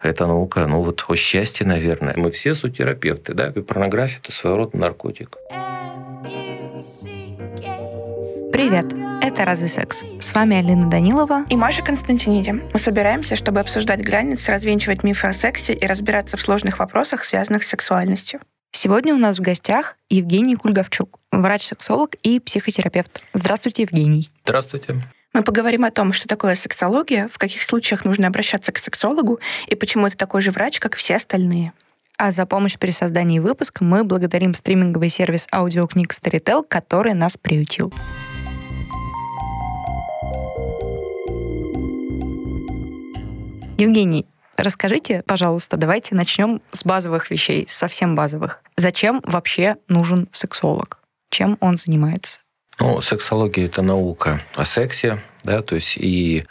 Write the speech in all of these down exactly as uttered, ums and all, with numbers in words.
Это наука, ну вот о счастье, наверное. Мы все суттерапевты, да? И порнография – это своего рода наркотик. Привет, это «Разве секс?». С вами Алина Данилова и Маша Константиниди. Мы собираемся, чтобы обсуждать границы, развенчивать мифы о сексе и разбираться в сложных вопросах, связанных с сексуальностью. Сегодня у нас в гостях Евгений Кульгавчук, врач-сексолог и психотерапевт. Здравствуйте, Евгений. Здравствуйте. Мы поговорим о том, что такое сексология, в каких случаях нужно обращаться к сексологу и почему это такой же врач, как и все остальные. А за помощь при создании выпуска мы благодарим стриминговый сервис аудиокниг Storytel, который нас приютил. Евгений, расскажите, пожалуйста, давайте начнем с базовых вещей, совсем базовых. Зачем вообще нужен сексолог? Чем он занимается? Ну, сексология – это наука о сексе, да, то есть и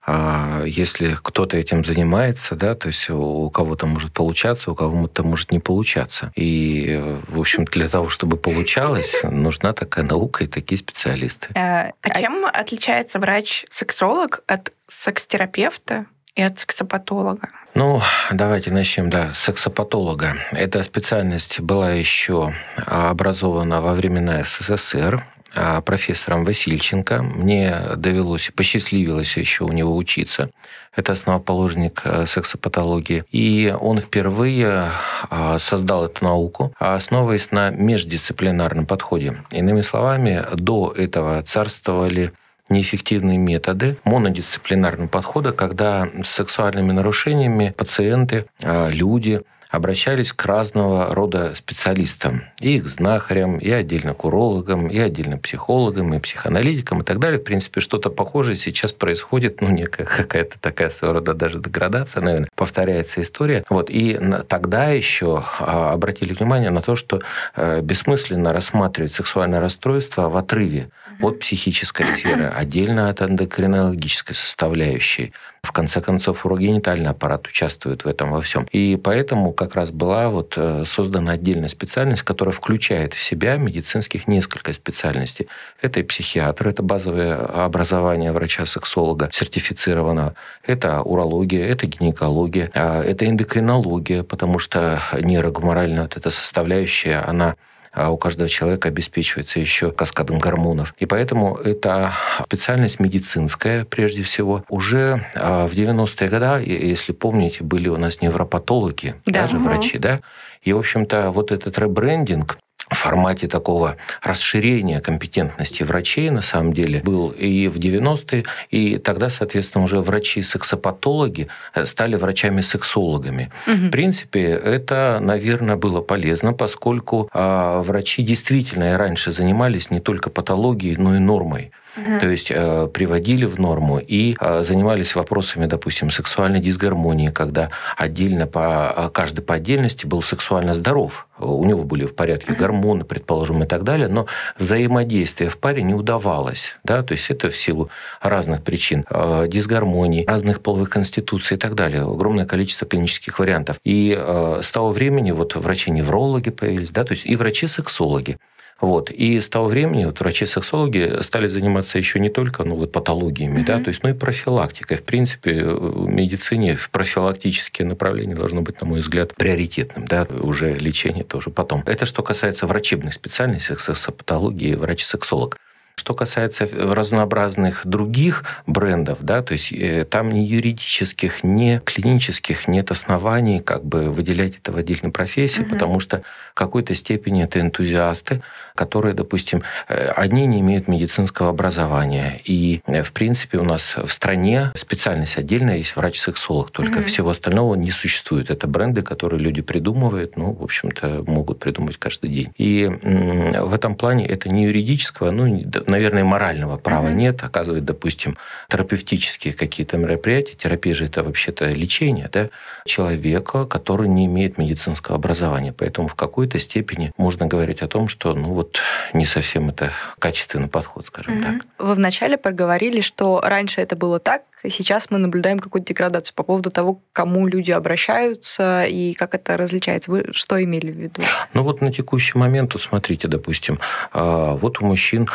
а, если кто-то этим занимается, да, то есть у кого-то может получаться, у кого-то может не получаться. И, в общем, для того, чтобы получалось, нужна такая наука и такие специалисты. А, а чем отличается врач-сексолог от секс-терапевта и от сексопатолога? Ну, давайте начнем, да, с сексопатолога. Эта специальность была еще образована во времена СССР профессором Васильченко. Мне довелось, посчастливилось еще у него учиться. Это основоположник сексопатологии. И он впервые создал эту науку, основываясь на междисциплинарном подходе. Иными словами, до этого царствовали неэффективные методы монодисциплинарного подхода, когда с сексуальными нарушениями пациенты, люди обращались к разного рода специалистам. И к знахарям, и отдельно к урологам, и отдельно к психологам, и психоаналитикам, и так далее. В принципе, что-то похожее сейчас происходит, ну, некая какая-то такая своего рода даже деградация, наверное, повторяется история. Вот. И тогда еще обратили внимание на то, что бессмысленно рассматривать сексуальное расстройство в отрыве от психической сферы, отдельно от эндокринологической составляющей. В конце концов, урогенитальный аппарат участвует в этом во всем. И поэтому как раз была вот создана отдельная специальность, которая включает в себя медицинских несколько специальностей. Это и психиатр, это базовое образование врача-сексолога сертифицированного, это урология, это гинекология, это эндокринология, потому что нейрогуморальная вот эта составляющая, она у каждого человека обеспечивается еще каскадом гормонов. И поэтому это специальность медицинская, прежде всего. Уже в девяностые годы, если помните, были у нас невропатологи, да. даже угу. врачи, да? И, в общем-то, вот этот ребрендинг в формате такого расширения компетентности врачей, на самом деле, был и в девяностые, и тогда, соответственно, уже врачи-сексопатологи стали врачами-сексологами. Угу. В принципе, это, наверное, было полезно, поскольку а, врачи действительно и раньше занимались не только патологией, но и нормой. Uh-huh. То есть э, приводили в норму и э, занимались вопросами, допустим, сексуальной дисгармонии, когда отдельно по, каждый по отдельности был сексуально здоров. У него были в порядке uh-huh. гормоны, предположим, и так далее, но взаимодействие в паре не удавалось. Да? То есть это в силу разных причин. Э, дисгармонии, разных половых конституций и так далее. Огромное количество клинических вариантов. И э, с того времени вот врачи-неврологи появились, да? То есть и врачи-сексологи. Вот. И с того времени вот врачи-сексологи стали заниматься еще не только ну, вот, патологиями, mm-hmm. да, то есть, ну и профилактикой. В принципе, в медицине профилактические направления должно быть, на мой взгляд, приоритетным. Да, уже лечение тоже потом. Это что касается врачебных специальностей, сексопатологии, врач-сексолог. Что касается разнообразных других брендов, да, то есть там ни юридических, ни клинических нет оснований как бы выделять это в отдельной профессии, угу. потому что в какой-то степени это энтузиасты, которые, допустим, одни не имеют медицинского образования. И, в принципе, у нас в стране специальность отдельная есть врач-сексолог, только угу. всего остального не существует. Это бренды, которые люди придумывают, ну, в общем-то, могут придумать каждый день. И в этом плане это не юридического, ну, наверное, морального права mm-hmm. нет. Оказывает, допустим, терапевтические какие-то мероприятия. Терапия же это вообще-то лечение, да, человека, который не имеет медицинского образования. Поэтому в какой-то степени можно говорить о том, что ну вот не совсем это качественный подход, скажем mm-hmm. так. Вы вначале проговорили, что раньше это было так, сейчас мы наблюдаем какую-то деградацию по поводу того, к кому люди обращаются и как это различается. Вы что имели в виду? Ну вот на текущий момент, вот смотрите, допустим, вот у мужчин это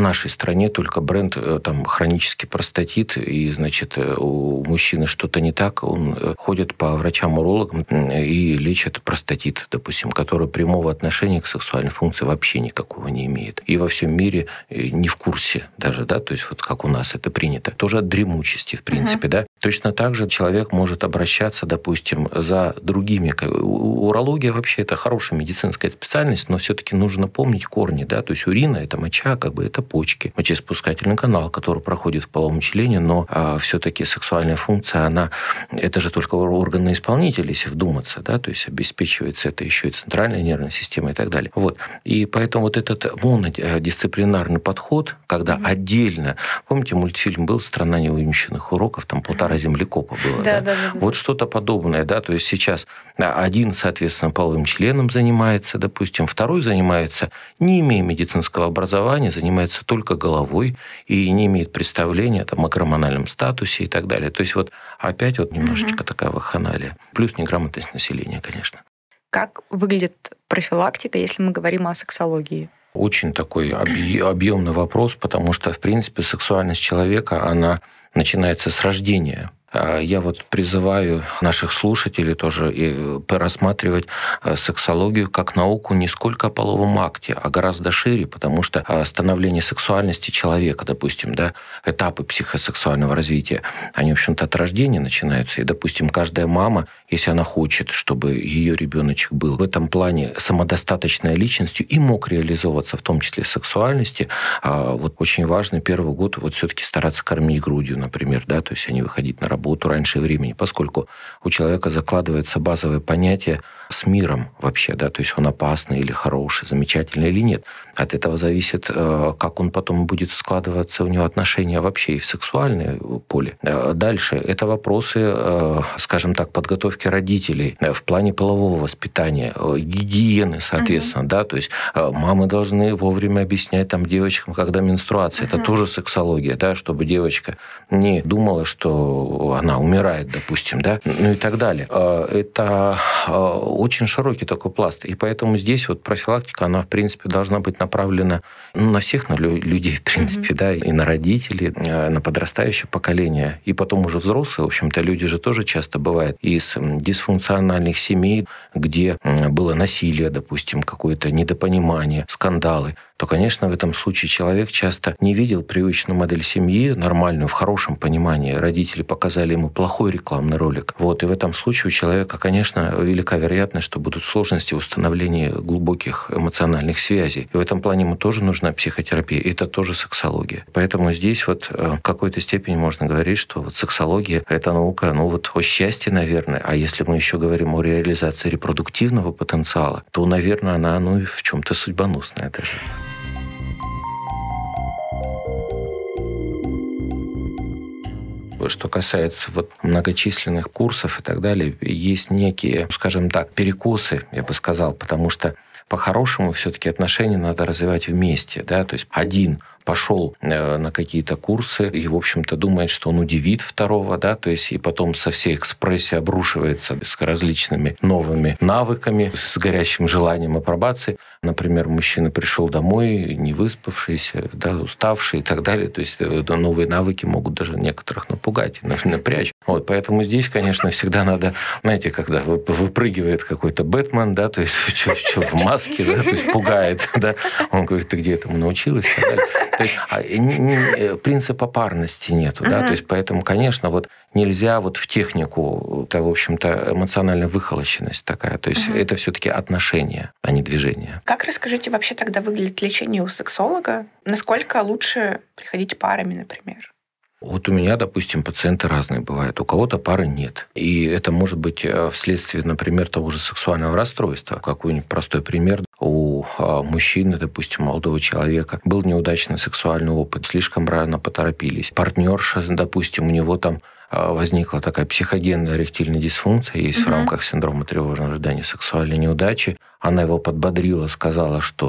нашей стране только бренд там хронический простатит, и, значит, у мужчины что-то не так, он ходит по врачам-урологам и лечит простатит, допустим, который прямого отношения к сексуальной функции вообще никакого не имеет. И во всем мире не в курсе даже, да, то есть вот как у нас это принято. Тоже от дремучести, в принципе, uh-huh. да. Точно так же человек может обращаться, допустим, за другими. Урология вообще это хорошая медицинская специальность, но все-таки нужно помнить корни, да, то есть урина – это моча, как бы это почки, мочеиспускательный канал, который проходит в половом члене, но а, все-таки сексуальная функция, она, это же только органы исполнителя, если вдуматься, да, то есть обеспечивается это еще и центральная нервная система и так далее. Вот. И поэтому вот этот монодисциплинарный подход, когда mm-hmm. отдельно, помните, мультфильм был «Страна невыученных уроков», там полтора землекопа было, да, да? Да, да, да. Вот что-то подобное, да, то есть сейчас один, соответственно, половым членом занимается, допустим, второй занимается, не имея медицинского образования, занимается только головой и не имеет представления там, о гормональном статусе и так далее. То есть вот опять вот немножечко mm-hmm. такая вакханалия. Плюс неграмотность населения, конечно. Как выглядит профилактика, если мы говорим о сексологии? Очень такой объемный вопрос, потому что, в принципе, сексуальность человека, она начинается с рождения. Я вот призываю наших слушателей тоже рассматривать сексологию как науку не сколько о половом акте, а гораздо шире, потому что становление сексуальности человека, допустим, да, этапы психосексуального развития, они, в общем-то, от рождения начинаются. И, допустим, каждая мама, если она хочет, чтобы ее ребеночек был в этом плане самодостаточной личностью и мог реализовываться, в том числе в сексуальности, вот очень важно первый год вот все-таки стараться кормить грудью, например, да, то есть они выходить на работу работу раньше времени, поскольку у человека закладывается базовое понятие с миром вообще, да, то есть он опасный или хороший, замечательный или нет. От этого зависит, как он потом будет складываться у него отношения вообще и в сексуальное поле. Дальше это вопросы, скажем так, подготовки родителей в плане полового воспитания, гигиены, соответственно, uh-huh. да, то есть мамы должны вовремя объяснять там девочкам, когда менструация. Uh-huh. Это тоже сексология, да, чтобы девочка не думала, что она умирает, допустим, да, ну и так далее. Это очень широкий такой пласт. И поэтому здесь вот профилактика, она, в принципе, должна быть направлена ну, на всех на людей, в принципе, mm-hmm. да, и на родителей, на подрастающее поколение. И потом уже взрослые, в общем-то, люди же тоже часто бывают из дисфункциональных семей, где было насилие, допустим, какое-то недопонимание, скандалы, то, конечно, в этом случае человек часто не видел привычную модель семьи, нормальную, в хорошем понимании. Родители показали ему плохой рекламный ролик. Вот. И в этом случае у человека, конечно, велика вероятность, что будут сложности в установлении глубоких эмоциональных связей. И в этом плане ему тоже нужна психотерапия. И это тоже сексология. Поэтому здесь вот в какой-то степени можно говорить, что вот сексология — это наука, ну вот о счастье, наверное. А если мы еще говорим о реализации репродуктивного потенциала, то, наверное, она ну и в чем-то судьбоносная даже. Что касается вот многочисленных курсов и так далее, есть некие, скажем так, перекосы, я бы сказал, потому что по-хорошему все-таки отношения надо развивать вместе, да, то есть один пошел на какие-то курсы и, в общем-то, думает, что он удивит второго, да, то есть и потом со всей экспрессией обрушивается с различными новыми навыками, с горящим желанием апробации. Например, мужчина пришел домой, не выспавшийся, да, уставший и так далее. То есть новые навыки могут даже некоторых напугать, напрячь. Вот, поэтому здесь, конечно, всегда надо, знаете, когда выпрыгивает какой-то Бэтмен, да, то есть в маске, да, то есть пугает, да, он говорит, ты где этому научилась и так далее. То есть а, не, не, принципа парности нету, uh-huh. да, то есть поэтому, конечно, вот нельзя вот в технику, это, в общем-то, эмоциональная выхолощенность такая, то есть uh-huh. это все-таки отношения, а не движение. Как, расскажите, вообще тогда выглядит лечение у сексолога? Насколько лучше приходить парами, например? Вот у меня, допустим, пациенты разные бывают. У кого-то пары нет. И это может быть вследствие, например, того же сексуального расстройства. Какой-нибудь простой пример. У мужчины, допустим, молодого человека был неудачный сексуальный опыт. Слишком рано поторопились. Партнерша, допустим, у него там возникла такая психогенная эректильная дисфункция, есть mm-hmm. в рамках синдрома тревожного ожидания сексуальной неудачи. Она его подбодрила, сказала, что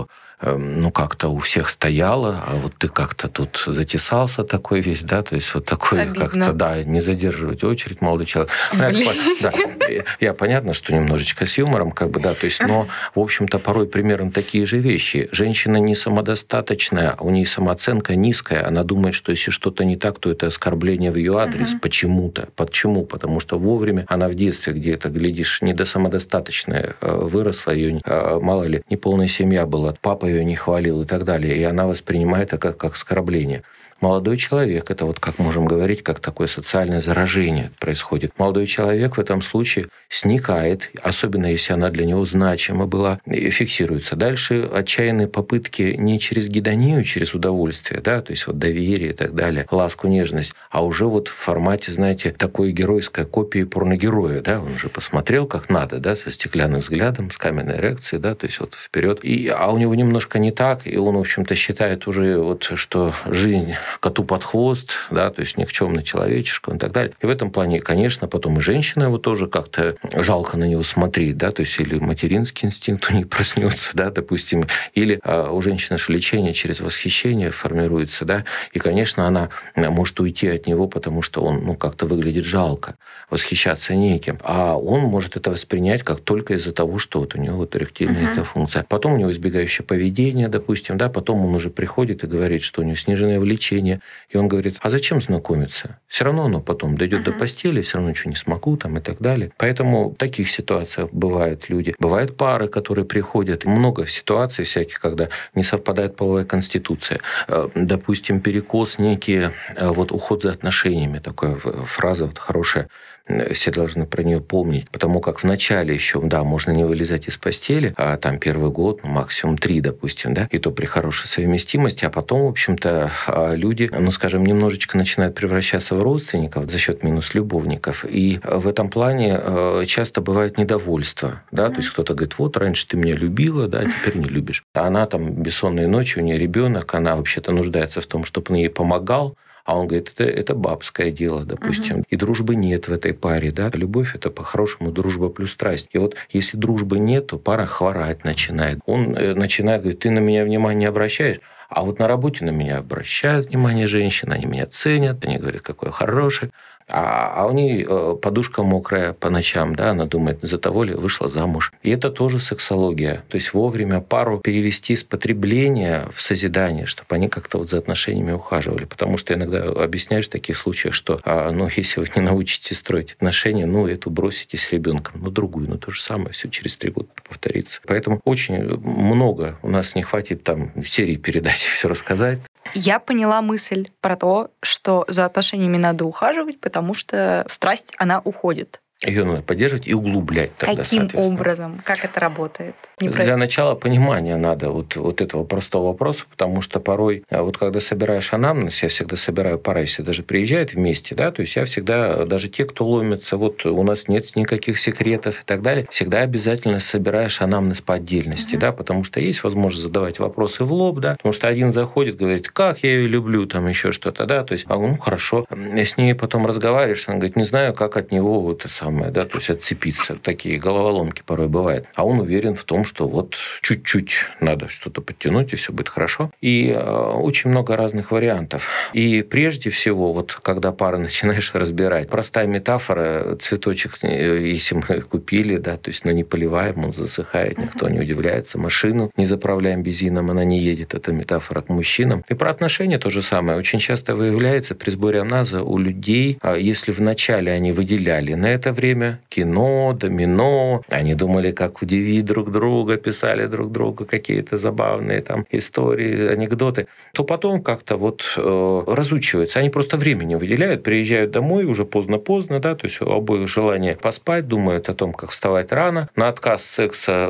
ну, как-то у всех стояла, а вот ты как-то тут затесался такой весь, да, то есть вот такой Обидно. Как-то, да, не задерживать очередь, молодой человек. Ну, я, да, я понятно, что немножечко с юмором, как бы, да, то есть, но, в общем-то, порой примерно такие же вещи. Женщина не самодостаточная, у нее самооценка низкая, она думает, что если что-то не так, то это оскорбление в ее адрес uh-huh. почему-то. Почему? Потому что вовремя она в детстве где-то, глядишь, недосамодостаточная, выросла, ее, мало ли, неполная семья была, папа ее не хвалил и так далее, и она воспринимает это как, как оскорбление. Молодой человек, это вот, как можем говорить, как такое социальное заражение происходит. Молодой человек в этом случае сникает, особенно если она для него значима была, и фиксируется. Дальше отчаянные попытки не через гедонию, через удовольствие, да, то есть вот доверие и так далее, ласку, нежность, а уже вот в формате, знаете, такой геройской копии порногероя, да, он же посмотрел как надо, да, со стеклянным взглядом, с каменной эрекцией, да, то есть вот вперед. И, а у него немножко не так, и он, в общем-то, считает уже, вот, что жизнь коту под хвост, да, то есть никчемный человечишка и так далее. И в этом плане, конечно, потом и женщина его тоже как-то жалко на него смотреть, да, то есть или материнский инстинкт у нее проснется, да, допустим, или а, у женщины влечение через восхищение формируется, да, и, конечно, она может уйти от него, потому что он, ну, как-то выглядит жалко, восхищаться неким, а он может это воспринять как только из-за того, что вот у него вот эректильная uh-huh. эта функция. Потом у него избегающее поведение, допустим, да, потом он уже приходит и говорит, что у него сниженное влечение, и он говорит, а зачем знакомиться? Все равно оно потом дойдет uh-huh. до постели, все равно ничего не смогу там, и так далее. Поэтому в таких ситуациях бывают люди. Бывают пары, которые приходят. Много ситуаций всяких, когда не совпадает половая конституция. Допустим, перекос некий, вот уход за отношениями, такая фраза вот хорошая. Все должны про нее помнить, потому как в начале еще, да, можно не вылезать из постели, а там первый год, ну, максимум три, допустим, да, и то при хорошей совместимости, а потом, в общем-то, люди, ну, скажем, немножечко начинают превращаться в родственников за счет минус любовников, и в этом плане часто бывает недовольство, да, то есть кто-то говорит, вот, раньше ты меня любила, да, теперь не любишь. А она там бессонные ночи, у нее ребенок, она вообще-то нуждается в том, чтобы он ей помогал, а он говорит, это, это бабское дело, допустим. Uh-huh. И дружбы нет в этой паре. Да? Любовь – это по-хорошему дружба плюс страсть. И вот если дружбы нет, то пара хворать начинает. Он начинает говорить, ты на меня внимание не обращаешь, а вот на работе на меня обращают внимание женщины, они меня ценят, они говорят, какой я хороший. А, а у нее подушка мокрая по ночам, да, она думает, за того ли вышла замуж. И это тоже сексология. То есть вовремя пару перевести с потребления в созидание, чтобы они как-то вот за отношениями ухаживали. Потому что иногда объясняешь в таких случаях, что ну, если вы не научитесь строить отношения, ну, эту бросите с ребенком, ну, другую, ну, то же самое, все через три года повторится. Поэтому очень много, у нас не хватит там серии передач все рассказать. Я поняла мысль про то, что за отношениями надо ухаживать, потому что страсть, она уходит. Ее надо поддерживать и углублять тогда, каким образом? Как это работает? Не Для про... начала понимания надо вот, вот этого простого вопроса, потому что порой, вот когда собираешь анамнез, я всегда собираю пары, если даже приезжают вместе, да, то есть я всегда, даже те, кто ломится, вот у нас нет никаких секретов и так далее, всегда обязательно собираешь анамнез по отдельности, uh-huh. да, потому что есть возможность задавать вопросы в лоб, да, потому что один заходит, говорит, как я ее люблю, там еще что-то, да, то есть, а, ну, хорошо, с ней потом разговариваешь, она говорит, не знаю, как от него вот это самое, да, то есть отцепиться. Такие головоломки порой бывают. А он уверен в том, что вот чуть-чуть надо что-то подтянуть, и все будет хорошо. И э, очень много разных вариантов. И прежде всего, вот когда пары начинаешь разбирать, простая метафора, цветочек, если мы купили, да, то есть, но не поливаем, он засыхает, никто не удивляется. Машину не заправляем бензином, она не едет. Это метафора к мужчинам. И про отношения то же самое. Очень часто выявляется при сборе анамнеза у людей, если вначале они выделяли на это время кино, домино, они думали, как удивить друг друга, писали друг другу какие-то забавные там истории, анекдоты, то потом как-то вот э, разучиваются. Они просто времени выделяют, приезжают домой уже поздно-поздно, да, то есть у обоих желание поспать, думают о том, как вставать рано, на отказ секса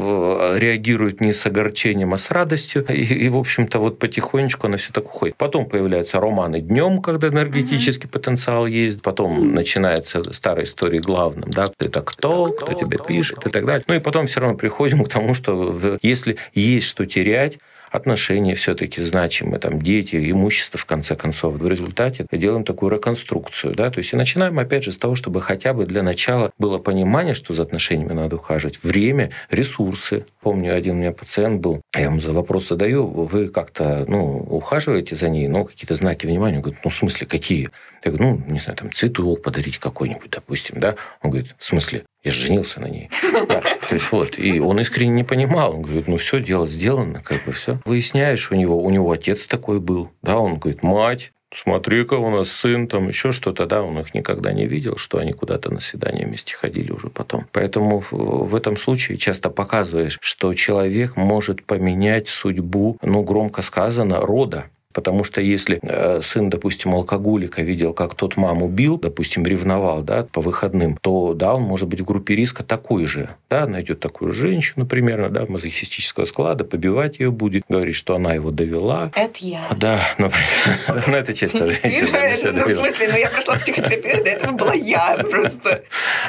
э, реагируют не с огорчением, а с радостью, и, и в общем-то, вот потихонечку оно все так уходит. Потом появляются романы днем, когда энергетический mm-hmm. потенциал есть, потом mm-hmm. начинается старая история главным, да, это кто, кто, кто тебе пишет и так далее. Ну и потом все равно приходим к тому, что если есть что терять, отношения все-таки значимые, там, дети, имущество, в конце концов. В результате делаем такую реконструкцию. Да? То есть и начинаем, опять же, с того, чтобы хотя бы для начала было понимание, что за отношениями надо ухаживать. Время, ресурсы. Помню, один у меня пациент был, я ему за вопрос задаю, вы как-то ну, ухаживаете за ней, ну, какие-то знаки внимания. Он говорит, ну, в смысле, какие? Я говорю, ну, не знаю, там, цветок подарить какой-нибудь, допустим, да? Он говорит, в смысле? Я же женился на ней. Да, то есть вот. И он искренне не понимал. Он говорит, ну все, дело сделано, как бы все. Выясняешь, у него, у него отец такой был. Да, он говорит, мать, смотри-ка, у нас сын, там еще что-то. Да, он их никогда не видел, что они куда-то на свидание вместе ходили уже потом. Поэтому в этом случае часто показываешь, что человек может поменять судьбу, ну, громко сказано, рода. Потому что если сын, допустим, алкоголика видел, как тот маму бил, допустим, ревновал, да, по выходным, то, да, он может быть в группе риска такой же. Да, найдет такую женщину примерно, да, мазохистического склада, побивать ее будет, говорить, что она его довела. Это я. Да, например. Ну, это чисто женщина. Ну, в смысле, ну я прошла психотерапию, до этого была я просто.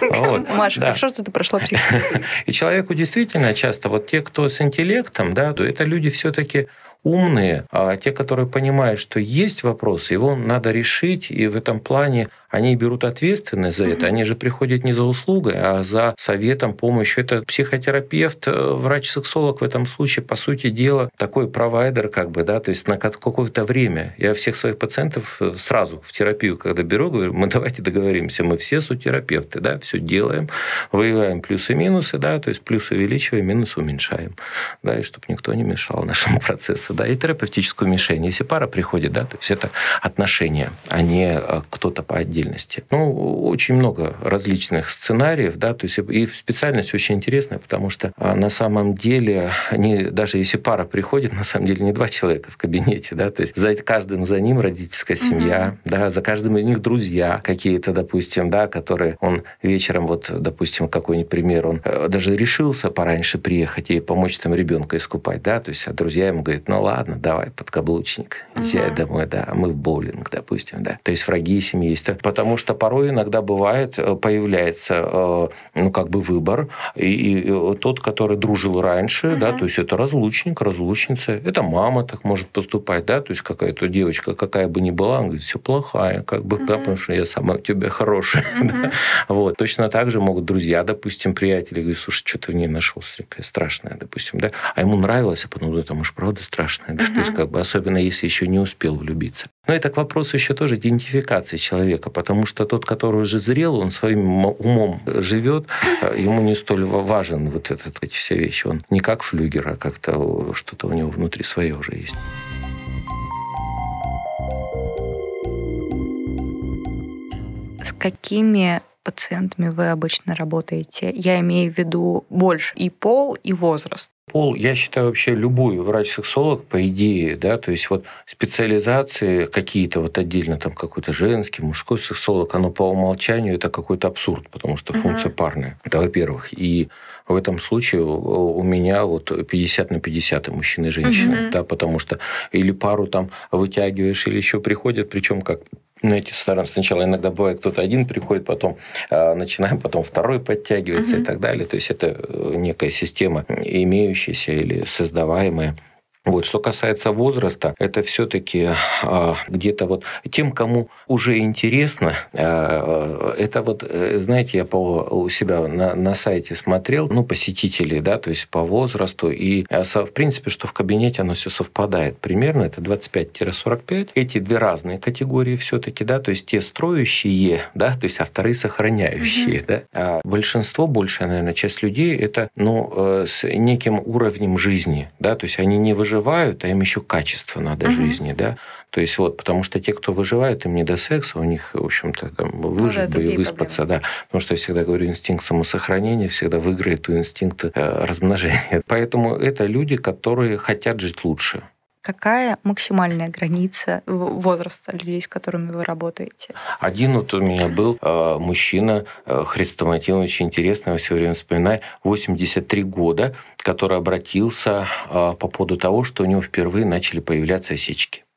Маша, хорошо, что ты прошла психотерапию. И человеку действительно часто, вот те, кто с интеллектом, да, то это люди все-таки умные, а те, которые понимают, что есть вопрос, его надо решить, и в этом плане они берут ответственность за это. Они же приходят не за услугой, а за советом, помощью. Это психотерапевт, врач-сексолог в этом случае, по сути дела, такой провайдер, как бы, да, то есть на какое-то время. Я всех своих пациентов сразу в терапию, когда беру, говорю, мы давайте договоримся, мы все сутерапевты, да, все делаем, выявляем плюсы и минусы, да, то есть плюсы увеличиваем, минусы уменьшаем, да, и чтобы никто не мешал нашему процессу, да, и терапевтическую мишень. Если пара приходит, да, то есть это отношения, а не кто-то по отдельности. Ну, очень много различных сценариев, да, то есть и специальность очень интересная, потому что на самом деле, они, даже если пара приходит, на самом деле не два человека в кабинете, да, то есть за каждым за ним родительская семья, угу. да, за каждым из них друзья какие-то, допустим, да, которые он вечером, вот, допустим, какой-нибудь пример, он даже решился пораньше приехать и помочь там ребенка искупать, да, то есть а друзья ему говорят, ну ладно, давай подкаблучник, езжай угу. домой, да, а мы в боулинг, допустим, да, то есть враги семьи есть. Потому что порой иногда бывает, появляется, ну, как бы выбор, и, и тот, который дружил раньше, uh-huh. да, то есть это разлучник, разлучница, это мама так может поступать, да, то есть какая-то девочка, какая бы ни была, она говорит, все плохая, как бы, uh-huh. да, потому что я сама у тебя хорошая. Uh-huh. Да. Вот. Точно так же могут друзья, допустим, приятели, говорят, слушай, что ты в ней нашел, такая страшная, допустим, да, а ему нравилось, а потом, да, там уж правда страшная, да, uh-huh. то есть как бы, особенно если еще не успел влюбиться. Но это к вопросу еще тоже идентификации человека, потому что тот, который уже зрел, он своим умом живет, ему не столь важен вот этот, эти все вещи. Он не как флюгер, а как-то что-то у него внутри свое уже есть. С какими пациентами вы обычно работаете? Я имею в виду больше и пол, и возраст. Пол, я считаю, вообще любой врач-сексолог, по идее, да, то есть вот специализации какие-то вот отдельно, там какой-то женский, мужской сексолог, оно по умолчанию это какой-то абсурд, потому что функция uh-huh. парная. Это во-первых. И в этом случае у меня вот пятьдесят на пятьдесят и мужчины, и женщины, uh-huh. да, потому что или пару там вытягиваешь, или еще приходят, причем как на эти стороны сначала иногда бывает, кто-то один приходит, потом э, начинаем, потом второй подтягивается uh-huh. и так далее. То есть это некая система, имеющаяся или создаваемая. Вот. Что касается возраста, это все-таки э, где-то вот тем, кому уже интересно, э, это вот, знаете, я по, у себя на, на сайте смотрел, ну, посетителей, да, то есть по возрасту, и э, в принципе, что в кабинете оно все совпадает. Примерно это двадцать пять - сорок пять. Эти две разные категории все-таки, да, то есть те строящие, да, то есть а вторые сохраняющие, mm-hmm. да. А большинство, большая, наверное, часть людей, это, ну, э, с неким уровнем жизни, да, то есть они не выживают, выживают, а им еще качество надо uh-huh. жизни, да. То есть вот, потому что те, кто выживает, им не до секса, у них, в общем-то, там, выжить ну, да, бы и выспаться, проблемы. Да. Потому что я всегда говорю, инстинкт самосохранения всегда выиграет у инстинкта э, размножения. Поэтому это люди, которые хотят жить лучше. Какая максимальная граница возраста людей, с которыми вы работаете? Один вот у меня был э, мужчина, э, хрестоматийно, очень интересный, я все время вспоминаю, восемьдесят три года, который обратился э, по поводу того, что у него впервые начали появляться осечки.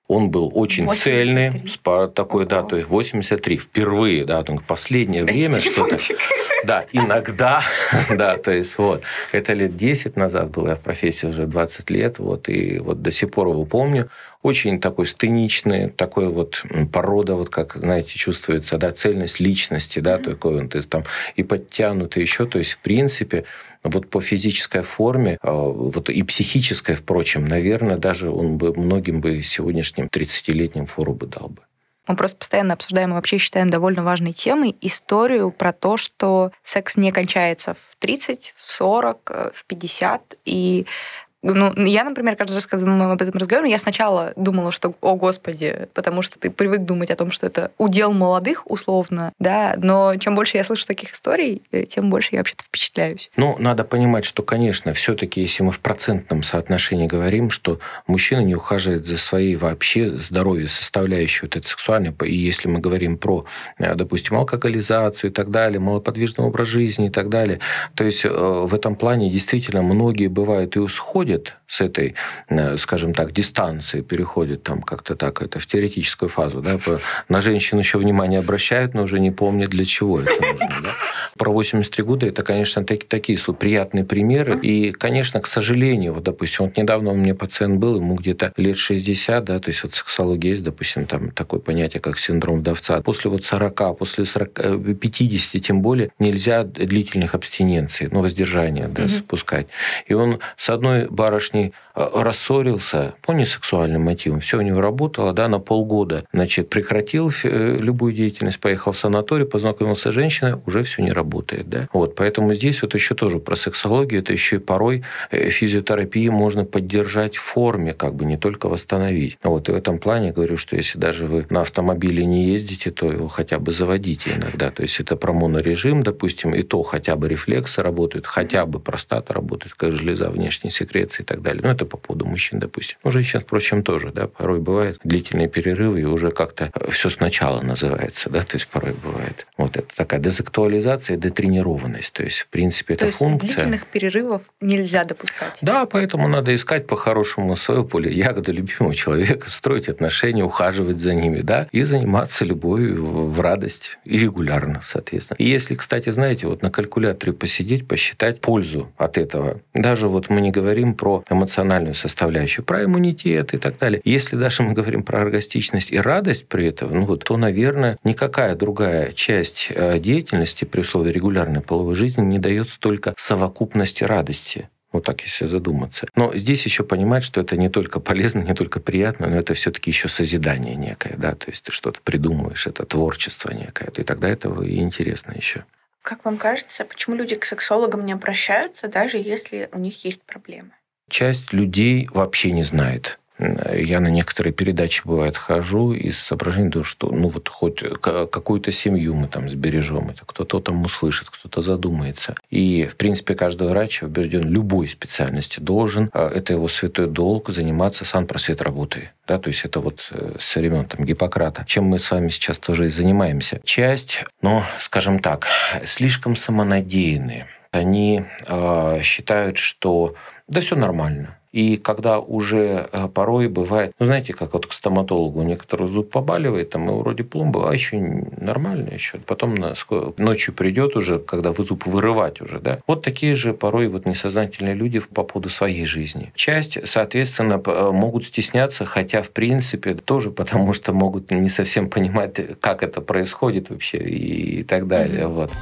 Он был очень цельный, такой, да, то есть восемьдесят три впервые, да, последнее время что-то. Да, иногда, да, то есть вот, это лет десять назад было, я в профессии уже двадцать лет, вот, и вот до сих пор его помню. Очень такой сценичный, такой вот порода, вот как, знаете, чувствуется, да, цельность личности, да, такой он, то есть там и подтянутый еще, то есть в принципе вот по физической форме, вот и психической, впрочем, наверное, даже он бы многим бы сегодняшним тридцатилетним фору бы дал бы. Мы просто постоянно обсуждаем и вообще считаем довольно важной темой историю про то, что секс не кончается в тридцать, в сорок, в пятьдесят. И ну, я, например, каждый раз, когда мы об этом разговариваем, я сначала думала, что, о, Господи, потому что ты привык думать о том, что это удел молодых, условно, да, но чем больше я слышу таких историй, тем больше я вообще-то впечатляюсь. Ну, надо понимать, что, конечно, все-таки, если мы в процентном соотношении говорим, что мужчина не ухаживает за своей вообще здоровьем, составляющей вот это сексуальное, и если мы говорим про, допустим, алкоголизацию и так далее, малоподвижный образ жизни и так далее, то есть в этом плане действительно многие бывают и усходят с этой, скажем так, дистанции, переходят там как-то так, это в теоретическую фазу. Да? На женщин еще внимание обращают, но уже не помнят, для чего это нужно. Да? Про восемьдесят три года это, конечно, такие, такие приятные примеры. И, конечно, к сожалению, вот, допустим, вот недавно у меня пациент был, ему где-то лет шестьдесят, да, то есть вот сексология есть, допустим, там такое понятие, как синдром вдовца. После вот сорока, после сорока, пятидесяти тем более, нельзя длительных абстиненций, ну, воздержания, да, mm-hmm. спускать. И он с одной барышней рассорился по несексуальным мотивам. Все у него работало, да, на полгода. Значит, прекратил любую деятельность, поехал в санаторий, познакомился с женщиной, уже все не работает. Да? Вот, поэтому здесь вот еще тоже про сексологию, это еще и порой физиотерапию можно поддержать в форме, как бы не только восстановить. Вот, и в этом плане я говорю, что если даже вы на автомобиле не ездите, то его хотя бы заводите иногда. То есть это про монорежим, допустим, и то хотя бы рефлексы работают, хотя бы простата работает, как железа внешней секреции и так далее. Ну, это по поводу мужчин, допустим. У женщин, впрочем, тоже, да, порой бывают длительные перерывы, и уже как-то все сначала называется, да, то есть порой бывает. Вот это такая дезактуализация, детренированность. То есть, в принципе, это функция. То есть длительных перерывов нельзя допускать. Да, поэтому надо искать по-хорошему свое поле ягоды любимого человека, строить отношения, ухаживать за ними, да, и заниматься любовью в радость и регулярно, соответственно. И если, кстати, знаете, вот на калькуляторе посидеть, посчитать пользу от этого, даже вот мы не говорим про эмоциональную составляющую, про иммунитет и так далее. Если даже мы говорим про оргастичность и радость при этом, ну, вот, то, наверное, никакая другая часть деятельности при условии регулярной половой жизни не дает столько совокупности радости. Ну, так, если задуматься. Но здесь еще понимать, что это не только полезно, не только приятно, но это все-таки еще созидание некое, да, то есть ты что-то придумываешь, это творчество некое, и тогда это и интересно еще. Как вам кажется, почему люди к сексологам не обращаются, даже если у них есть проблемы? Часть людей вообще не знает. Я на некоторые передачи, бывает, хожу и с соображением думаю, что ну вот хоть какую-то семью мы там сбережем, это кто-то там услышит, кто-то задумается. И, в принципе, каждый врач убежден, любой специальности должен, это его святой долг, заниматься санпросветработой. Да, то есть это вот со времен там, Гиппократа, чем мы с вами сейчас тоже и занимаемся. Часть, ну, скажем так, слишком самонадеянные. Они э, считают, что да все нормально. И когда уже порой бывает, ну, знаете, как вот к стоматологу, у некоторых зуб побаливает, там, и вроде пломба, а еще нормально еще. Потом ночью придет уже, когда вы зуб вырывать уже, да. Вот такие же порой вот несознательные люди по поводу своей жизни. Часть, соответственно, могут стесняться, хотя, в принципе, тоже потому, что могут не совсем понимать, как это происходит вообще и так далее. Mm-hmm. Вот.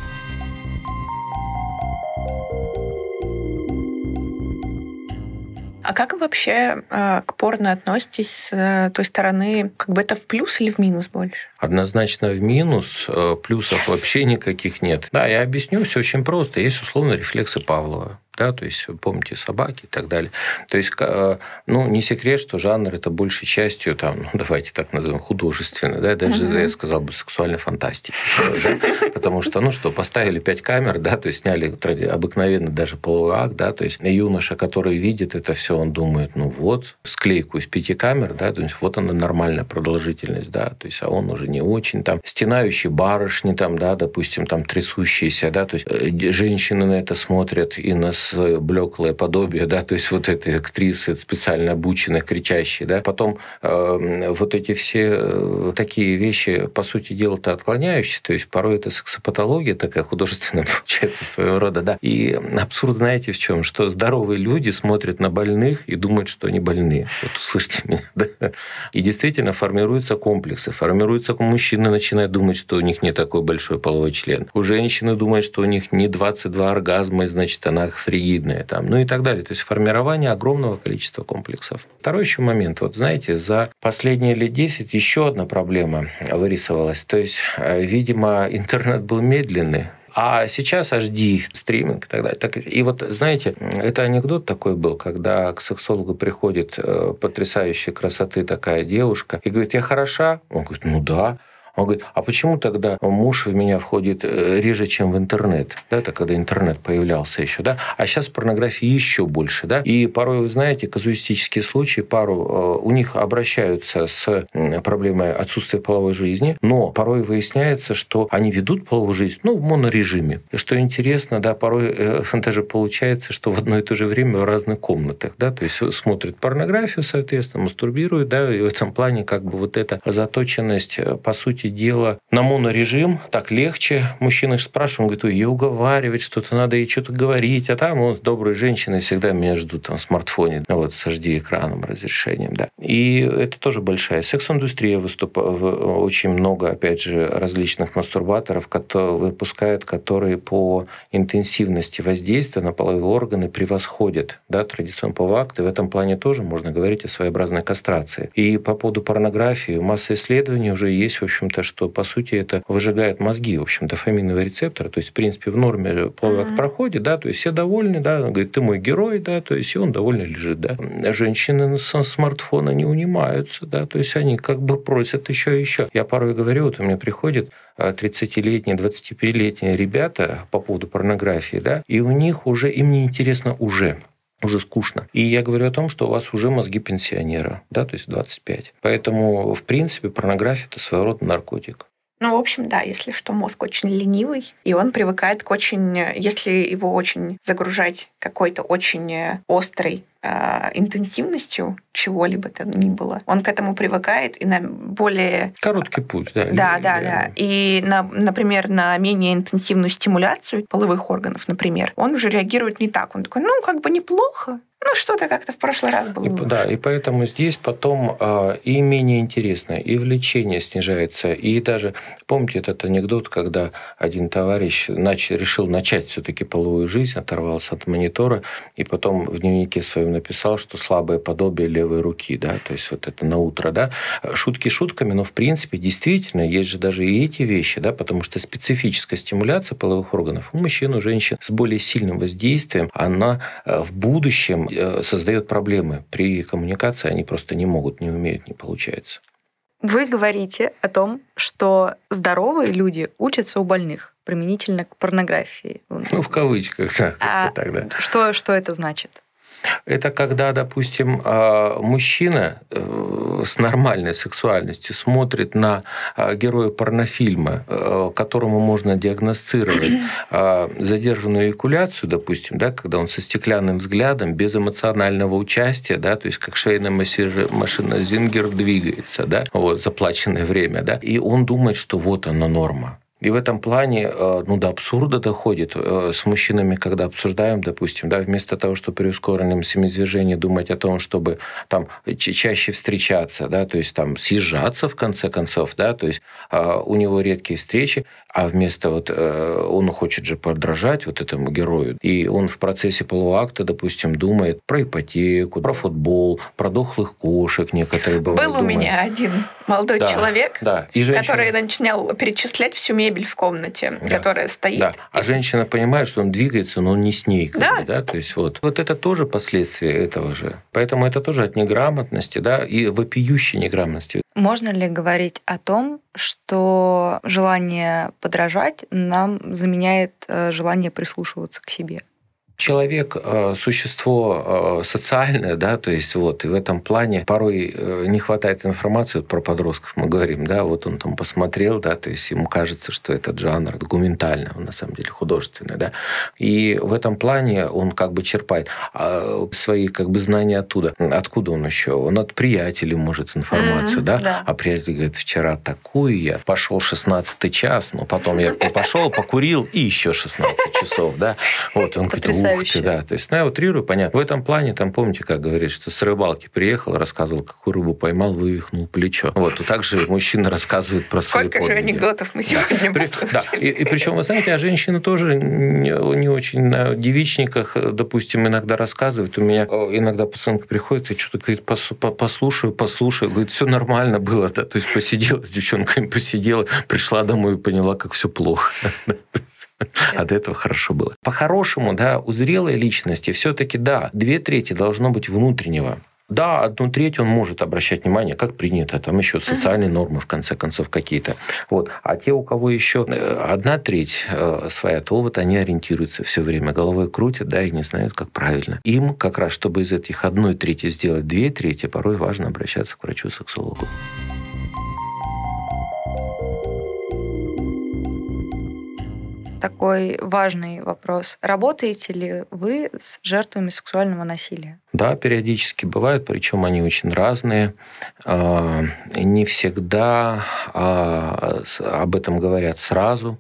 А как вы вообще э, к порно относитесь с э, той стороны? Как бы это в плюс или в минус больше? Однозначно в минус. Плюсов yes. вообще никаких нет. Да, я объясню, все очень просто. Есть условно рефлексы Павлова. Да, то есть, помните, собаки и так далее. То есть, ну, не секрет, что жанр это большей частью, там, ну, давайте так назовем, художественный, да, даже, uh-huh. я сказал бы, сексуальной фантастики. Да? Потому что, ну что, поставили пять камер, да, то есть, сняли обыкновенно даже половой акт, да, то есть, юноша, который видит это все, он думает, ну вот, склеил линейку из пяти камер, да, то есть вот она нормальная продолжительность, да, то есть, а он уже не очень там. Стенающие барышни там, да, допустим, там трясущиеся, да, то есть женщины на это смотрят и на свое блеклое подобие, да, то есть вот этой актрисы специально обученные, кричащие, да. Потом э, вот эти все э, такие вещи, по сути дела-то отклоняющие, то есть порой это сексопатология такая художественная получается своего рода, да. И абсурд, знаете, в чем? Что здоровые люди смотрят на больных и думают, что они больные. Вот услышьте меня, да. И действительно формируются комплексы, формируются мужчины начинают думать, что у них не такой большой половой член. У женщины думают, что у них не двадцать два оргазма, и значит, она фригидная, там, ну и так далее. То есть формирование огромного количества комплексов. Второй еще момент. Вот знаете, за последние лет десять еще одна проблема вырисовалась. То есть, видимо, интернет был медленный, а сейчас эйч ди, стриминг и так далее. И вот, знаете, это анекдот такой был, когда к сексологу приходит потрясающей красоты такая девушка и говорит, я хороша? Он говорит, ну да. Он говорит, а почему тогда муж в меня входит реже, чем в интернет? Да, это когда интернет появлялся еще, да? А сейчас порнографии еще больше, да? И порой, вы знаете, казуистические случаи, пару у них обращаются с проблемой отсутствия половой жизни, но порой выясняется, что они ведут половую жизнь, ну, в монорежиме. И что интересно, да, порой даже получается, что в одно и то же время в разных комнатах, да, то есть смотрят порнографию, соответственно, мастурбируют, да, и в этом плане как бы вот эта заточенность, по сути дела, на монорежим, так легче. Мужчина спрашивает, говорит, ой, ей уговаривать что-то, надо ей что-то говорить, а там вот, добрые женщины всегда меня ждут там, в смартфоне, вот, с эйч ди-экраном, разрешением, да. И это тоже большая секс-индустрия выступает, очень много, опять же, различных мастурбаторов, которые выпускают, которые по интенсивности воздействия на половые органы превосходят, да, традиционный половой акт, и в этом плане тоже можно говорить о своеобразной кастрации. И по поводу порнографии масса исследований уже есть, в общем-то, что, по сути, это выжигает мозги, в общем, дофаминовые рецепторы. То есть, в принципе, в норме половой акт проходит, да, то есть все довольны, да, он говорит, ты мой герой, да, то есть и он довольно лежит, да. Женщины со смартфона не унимаются, да, то есть они как бы просят еще и еще. Я порой говорю, вот у меня приходят тридцатилетние, двадцатипятилетние ребята по поводу порнографии, да, и у них уже, им не интересно уже. Уже скучно. И я говорю о том, что у вас уже мозги пенсионера, да, то есть двадцать пять. Поэтому, в принципе, порнография – это своего рода наркотик. Ну, в общем, да, если что, мозг очень ленивый, и он привыкает к очень... Если его очень загружать какой-то очень острой э, интенсивностью чего-либо то ни было, он к этому привыкает и на более... Короткий путь, да. Да, да, да. И, на, например, на менее интенсивную стимуляцию половых органов, например, он уже реагирует не так. Он такой, ну, как бы неплохо. Ну, что-то как-то в прошлый раз было и, лучше. Да, и поэтому здесь потом э, и менее интересно, и влечение снижается. И даже, помните этот анекдот, когда один товарищ нач... решил начать все-таки половую жизнь, оторвался от монитора, и потом в дневнике своем написал, что слабое подобие левой руки, да, то есть вот это на утро, да. Шутки шутками, но в принципе действительно есть же даже и эти вещи, да, потому что специфическая стимуляция половых органов у мужчин, у женщин с более сильным воздействием, она в будущем создает проблемы. При коммуникации они просто не могут, не умеют, не получается. Вы говорите о том, что здоровые люди учатся у больных применительно к порнографии. Ну, в кавычках, да. А так, да. Что, что это значит? Это когда, допустим, мужчина с нормальной сексуальностью смотрит на героя порнофильма, которому можно диагностировать задержанную эякуляцию, допустим, да, когда он со стеклянным взглядом, без эмоционального участия, да, то есть как швейная машина Зингер двигается, да, вот, заплаченное время, да, и он думает, что вот она норма. И в этом плане, ну, до абсурда доходит с мужчинами, когда обсуждаем, допустим, да, вместо того, чтобы при ускоренном семяизвержении думать о том, чтобы там чаще встречаться, да, то есть там съезжаться в конце концов, да, то есть у него редкие встречи, а вместо вот он хочет же подражать вот этому герою, и он в процессе полового акта, допустим, думает про ипотеку, про футбол, про дохлых кошек некоторые бывают. Был думают. У меня один молодой да, человек, да. И женщина... который начинал перечислять всю мебель в комнате, да. которая стоит. Да. А женщина понимает, что он двигается, но он не с ней. Как да. бы, да? То есть вот. вот это тоже последствия этого же. Поэтому это тоже от неграмотности, да, и вопиющей неграмотности. Можно ли говорить о том, что желание подражать нам заменяет желание прислушиваться к себе? Человек – существо социальное, да, то есть вот, и в этом плане порой не хватает информации, вот про подростков мы говорим, да, вот он там посмотрел, да, то есть ему кажется, что этот жанр документальный, он на самом деле художественный, да, и в этом плане он как бы черпает свои как бы знания оттуда. Откуда он еще? Он от приятелей может информацию, mm-hmm, да? да, а приятель говорит, вчера такую я пошел шестнадцатый час, но потом я пошел, покурил и еще шестнадцать часов, да, вот он говорит, ух ты, да. То есть, ну, я утрирую, понятно. В этом плане, там, помните, как говорит, что с рыбалки приехал, рассказывал, какую рыбу поймал, вывихнул плечо. Вот. И также мужчина рассказывает про свои подвиги. Сколько же анекдотов мы сегодня да. да. И, и причем, вы знаете, а женщины тоже не, не очень на девичниках, допустим, иногда рассказывают. У меня иногда пацанка приходит и что-то говорит, послушаю, послушаю. Говорит, все нормально было, да. То есть посидела с девчонками, посидела, пришла домой и поняла, как все плохо. А до этого хорошо было. По-хорошему, да, у зрелой личности все-таки, да, две трети должно быть внутреннего. Да, одну треть он может обращать внимание, как принято, там еще социальные нормы, в конце концов, какие-то. Вот. А те, у кого еще одна треть своя, то вот они ориентируются все время, головой крутят, да, и не знают, как правильно. Им как раз, чтобы из этих одной трети сделать две трети, порой важно обращаться к врачу-сексологу. Такой важный вопрос. Работаете ли вы с жертвами сексуального насилия? Да, периодически бывают, причем они очень разные. Не всегда об этом говорят сразу.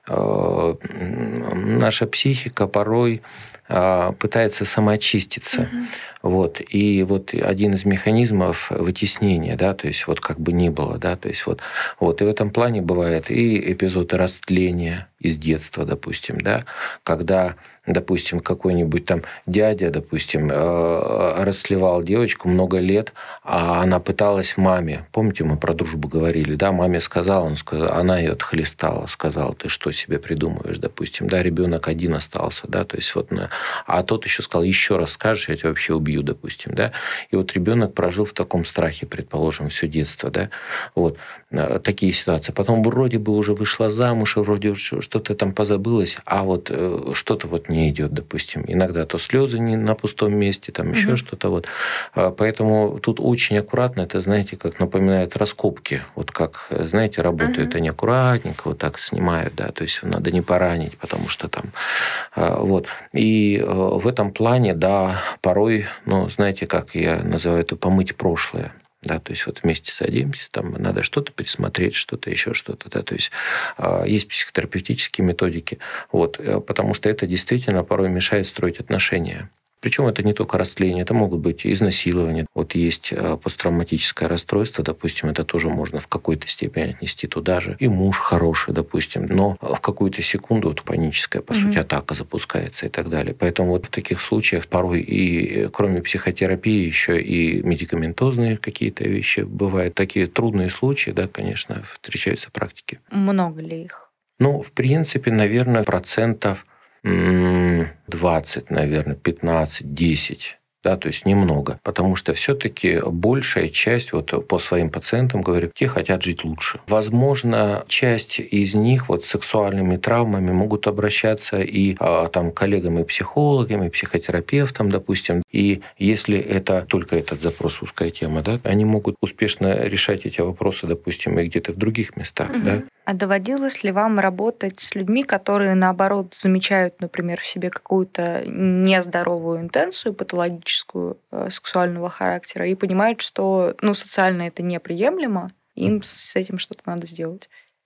Наша психика порой пытается самоочиститься. Mm-hmm. Вот. И вот один из механизмов вытеснения, да, то есть вот как бы ни было, да, то есть вот, вот и в этом плане бывает и эпизоды растления из детства, допустим, да, когда, допустим, какой-нибудь там дядя, допустим, растлевал девочку много лет, а она пыталась маме, помните, мы про дружбу говорили, да, маме сказала, он сказал, она ее отхлестала, сказала, ты что себе придумываешь, допустим, да, ребенок один остался, да, то есть вот, а тот еще сказал, еще раз скажешь, я тебя вообще убью, допустим, да, и вот ребенок прожил в таком страхе, предположим, все детство, да, вот, такие ситуации. Потом вроде бы уже вышла замуж, и вроде что-то там позабылось, а вот что-то вот не идет, допустим. Иногда то слезы не на пустом месте, там еще mm-hmm. что-то вот. Поэтому тут очень аккуратно, это, знаете, как напоминает раскопки. Вот как, знаете, работают mm-hmm. они аккуратненько, вот так снимают, да, то есть надо не поранить, потому что там... Вот. И в этом плане, да, порой, ну, знаете, как я называю это, помыть прошлое. Да, то есть вот вместе садимся, там надо что-то пересмотреть, что-то еще, что-то, да, то есть есть психотерапевтические методики, вот, потому что это действительно порой мешает строить отношения. Причем это не только растление, это могут быть изнасилования. Вот есть посттравматическое расстройство, допустим, это тоже можно в какой-то степени отнести туда же. И муж хороший, допустим, но в какую-то секунду вот паническая, по mm-hmm. сути, атака запускается и так далее. Поэтому вот в таких случаях порой и кроме психотерапии еще и медикаментозные какие-то вещи бывают. Такие трудные случаи, да, конечно, встречаются в практике. Много ли их? Ну, в принципе, наверное, процентов двадцать, наверное, пятнадцать, десять. Да, то есть немного, потому что все-таки большая часть, вот по своим пациентам говорю, те хотят жить лучше. Возможно, часть из них вот с сексуальными травмами могут обращаться и там, коллегам и психологам, и психотерапевтам, допустим. И если это только этот запрос, узкая тема, да, они могут успешно решать эти вопросы, допустим, и где-то в других местах. Угу. Да. А доводилось ли вам работать с людьми, которые, наоборот, замечают, например, в себе какую-то нездоровую интенцию патологическую э, сексуального характера и понимают, что ну, социально это неприемлемо, им с этим что-то надо сделать?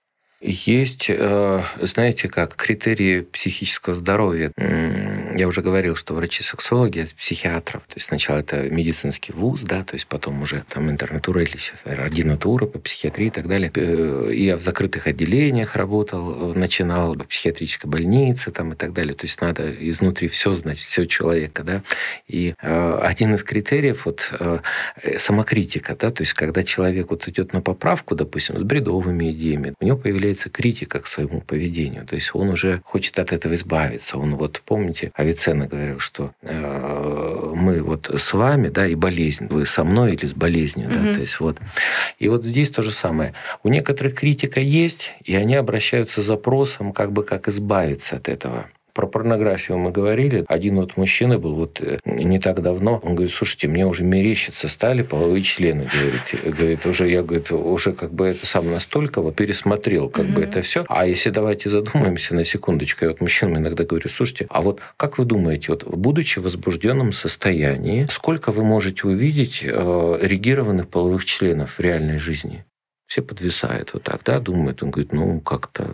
Есть, знаете, как критерии психического здоровья. Я уже говорил, что врачи-сексологи от психиатров. То есть сначала это медицинский вуз, да, то есть потом уже там интернатура или сейчас ординатура по психиатрии и так далее. И я в закрытых отделениях работал, начинал в психиатрической больнице там, и так далее. То есть надо изнутри все знать, все человека, да. И один из критериев вот самокритика, да, то есть когда человек вот идет на поправку, допустим, с бредовыми идеями, у него появляется критика к своему поведению. То есть он уже хочет от этого избавиться. Он вот, помните, Авиценна говорил, что э, мы вот с вами, да, и болезнь. Вы со мной или с болезнью, mm-hmm. да, то есть вот. И вот здесь то же самое. У некоторых критика есть, и они обращаются с запросом, как бы как избавиться от этого. Про порнографию мы говорили. Один вот мужчина был вот не так давно. Он говорит, слушайте, мне уже мерещиться стали половые члены. Говорит, говорит уже я говорит, уже как бы это сам настолько вот пересмотрел как mm-hmm. бы это все. А если давайте задумаемся на секундочку. Я вот мужчинам иногда говорю, слушайте, а вот как вы думаете, вот будучи в возбужденном состоянии, сколько вы можете увидеть э, эрегированных половых членов в реальной жизни? Все подвисают вот так, да, думают. Он говорит, ну, как-то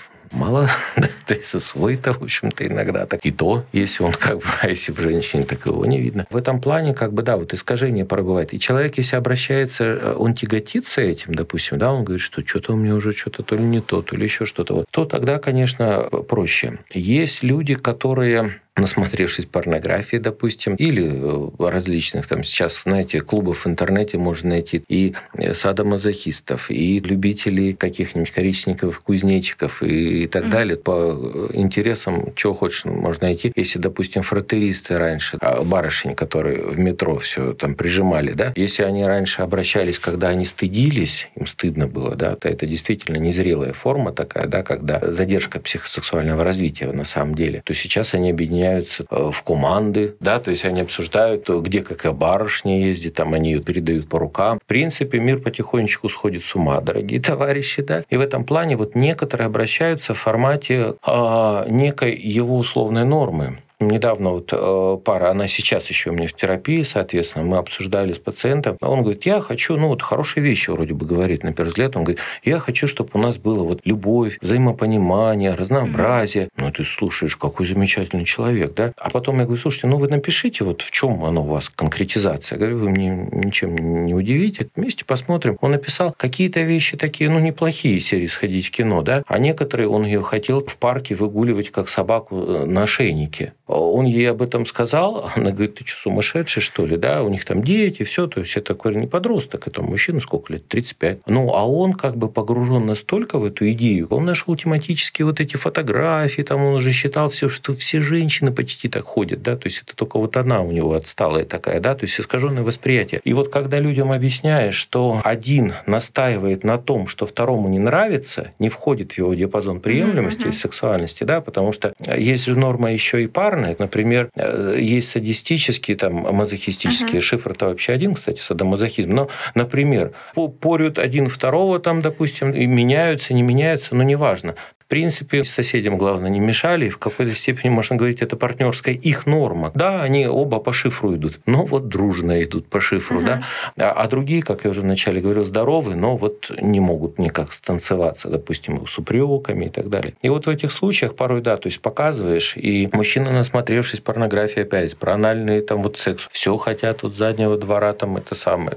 мало, то есть свой-то, в общем-то, иногда так. И то, если он как бы, а если в женщине, так его не видно. В этом плане, как бы, да, вот искажение порой бывает. И человек, если обращается, он тяготится этим, допустим, да, он говорит, что что-то у меня уже что-то то ли не то, то ли еще что-то, вот, то тогда, конечно, проще. Есть люди, которые насмотревшись порнографии, допустим, или различных, там сейчас, знаете, клубов в интернете можно найти и садомазохистов, и любителей каких-нибудь коричневых кузнечиков и, и так mm. далее. По интересам, чего хочешь, можно найти. Если, допустим, фратеристы раньше, барышни, которые в метро все там прижимали, да, если они раньше обращались, когда они стыдились, им стыдно было, да, то это действительно незрелая форма такая, да, когда задержка психосексуального развития на самом деле, то сейчас они объединяются в команды, да, то есть они обсуждают, где какая барышня ездит, там они ее передают по рукам. В принципе, мир потихонечку сходит с ума, дорогие товарищи, да. И в этом плане вот некоторые обращаются в формате э, некой его условной нормы. Недавно вот э, пара, она сейчас еще у меня в терапии, соответственно, мы обсуждали с пациентом. Он говорит, я хочу, ну вот хорошие вещи вроде бы говорит на первый взгляд. Он говорит, я хочу, чтобы у нас было вот любовь, взаимопонимание, разнообразие. Mm-hmm. Ну ты слушаешь, какой замечательный человек, да? А потом я говорю, слушайте, ну вы напишите, вот в чем оно у вас, конкретизация. Я говорю, вы мне ничем не удивите. Вместе посмотрим. Он написал какие-то вещи такие, ну неплохие серии «Сходить в кино», да? А некоторые он ее хотел в парке выгуливать как собаку на ошейнике. Он ей об этом сказал, она говорит, ты что, сумасшедший, что ли, да, у них там дети, все, то есть это такой не подросток, это мужчина, сколько лет, тридцать пять. Ну, а он как бы погружен настолько в эту идею, он нашел тематические вот эти фотографии, там он уже считал все, что все женщины почти так ходят, да, то есть это только вот она у него отсталая такая, да, то есть искаженное восприятие. И вот когда людям объясняешь, что один настаивает на том, что второму не нравится, не входит в его диапазон приемлемости mm-hmm. и сексуальности, да, потому что есть же норма еще и парная. Например, есть садистические, там, мазохистические. Uh-huh. Шифр-то вообще один, кстати, садомазохизм. Но, например, порют один второго, там, допустим, и меняются, не меняются, но неважно. В принципе, соседям, главное, не мешали. И в какой-то степени, можно говорить, это партнерская их норма. Да, они оба по шифру идут, но вот дружно идут по шифру. Uh-huh. Да? А другие, как я уже вначале говорил, здоровы, но вот не могут никак станцеваться, допустим, с упреками и так далее. И вот в этих случаях порой, да, то есть показываешь, и мужчины, насмотревшись порнографии, опять, про анальный там вот секс, все хотят вот заднего двора, там это самое.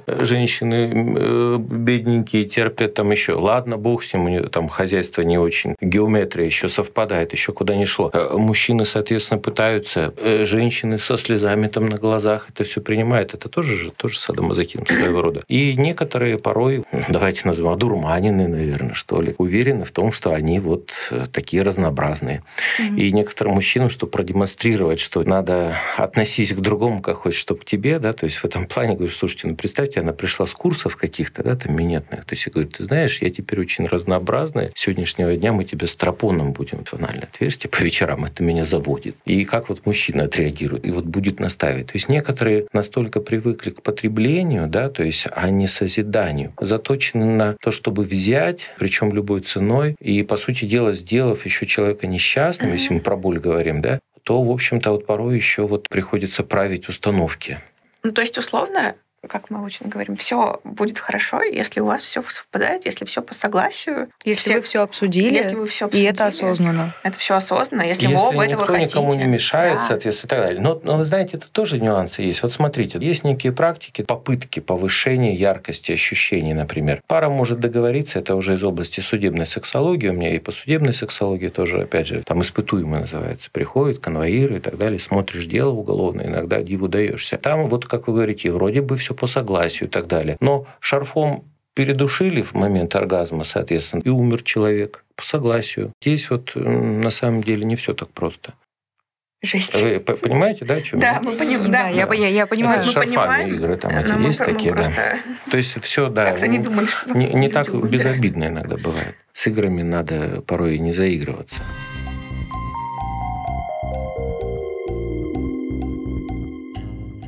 Женщины бедненькие терпят там еще. Ладно, бог с ним, у нее там хозяйство не очень, геометрия еще совпадает, еще куда ни шло. Мужчины, соответственно, пытаются, женщины со слезами там на глазах это все принимают. Это тоже же тоже садомазохизм своего рода. И некоторые порой, давайте назовем, одурманены, наверное, что ли, уверены в том, что они вот такие разнообразные. Mm-hmm. И некоторым мужчинам, чтобы продемонстрировать, что надо относиться к другому, как хочешь, чтобы к тебе, да, то есть в этом плане, говорю, слушайте, ну представьте, она пришла с курсов каких-то, да, там, минетных, то есть я говорю, ты знаешь, я теперь очень разнообразная, с сегодняшнего дня мы тебя стропоном будем в анальное отверстие по вечерам, это меня заводит. И как вот мужчина отреагирует, и вот будет наставить. То есть некоторые настолько привыкли к потреблению, да, то есть, а не созиданию, заточены на то, чтобы взять, причем любой ценой, и, по сути дела, сделав еще человека несчастным, mm-hmm. если мы про боль говорим, да, то, в общем-то, вот порой еще вот приходится править установки. Ну, то есть, условно, как мы обычно говорим, все будет хорошо, если у вас все совпадает, если все по согласию. Если все, вы все обсудили, если вы все обсудили, и это осознанно. Это все осознанно, если, если вы оба этого хотите. Если никто никому не мешает, да. соответственно, и так далее. Но, но вы знаете, это тоже нюансы есть. Вот смотрите, есть некие практики, попытки повышения яркости ощущений, например. Пара может договориться, это уже из области судебной сексологии, у меня и по судебной сексологии тоже, опять же, там испытуемый называется, приходит, конвоиры и так далее, смотришь дело уголовное, иногда диву даешься. Там, вот как вы говорите, вроде бы все по согласию и так далее. Но шарфом передушили в момент оргазма, соответственно, и умер человек по согласию. Здесь вот на самом деле не все так просто. Жесть. Вы понимаете, да, о чем да, я? мы понимаем. Да, я, я, я понимаю. Это мы шарфами понимаем. игры там эти Но есть мы, такие, мы да. просто... То есть все, да. Как-то не думали, что не, не так выбирать. безобидно иногда бывает. С играми надо порой не заигрываться.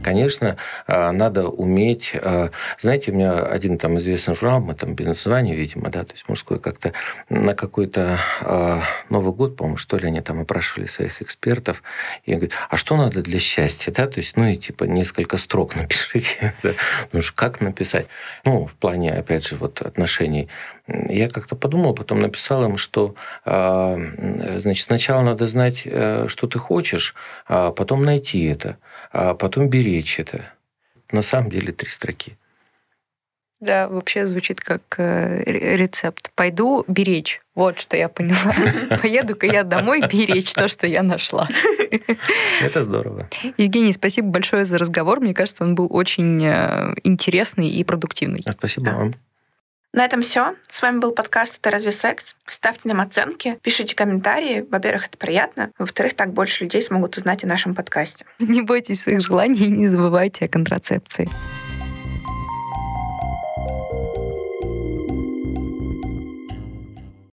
конечно, надо уметь... Знаете, у меня один там известный журнал, мы там без названия, видимо, да, то есть мужской, как-то на какой-то Новый год, по-моему, что ли, они там опрашивали своих экспертов, и говорят, а что надо для счастья, да, то есть, ну, и типа несколько строк напишите, ну, как написать? Ну, в плане, опять же, вот отношений. Я как-то подумал, потом написал им, что, значит, сначала надо знать, что ты хочешь, а потом найти это, а потом беречь это. На самом деле три строки. Да, вообще звучит как рецепт. Пойду беречь. Вот что я поняла. Поеду-ка я домой беречь то, что я нашла. Это здорово. Евгений, спасибо большое за разговор. Мне кажется, он был очень интересный и продуктивный. Спасибо вам. На этом все. С вами был подкаст «Это разве секс?». Ставьте нам оценки, пишите комментарии. Во-первых, это приятно. Во-вторых, так больше людей смогут узнать о нашем подкасте. Не бойтесь своих желаний и не забывайте о контрацепции.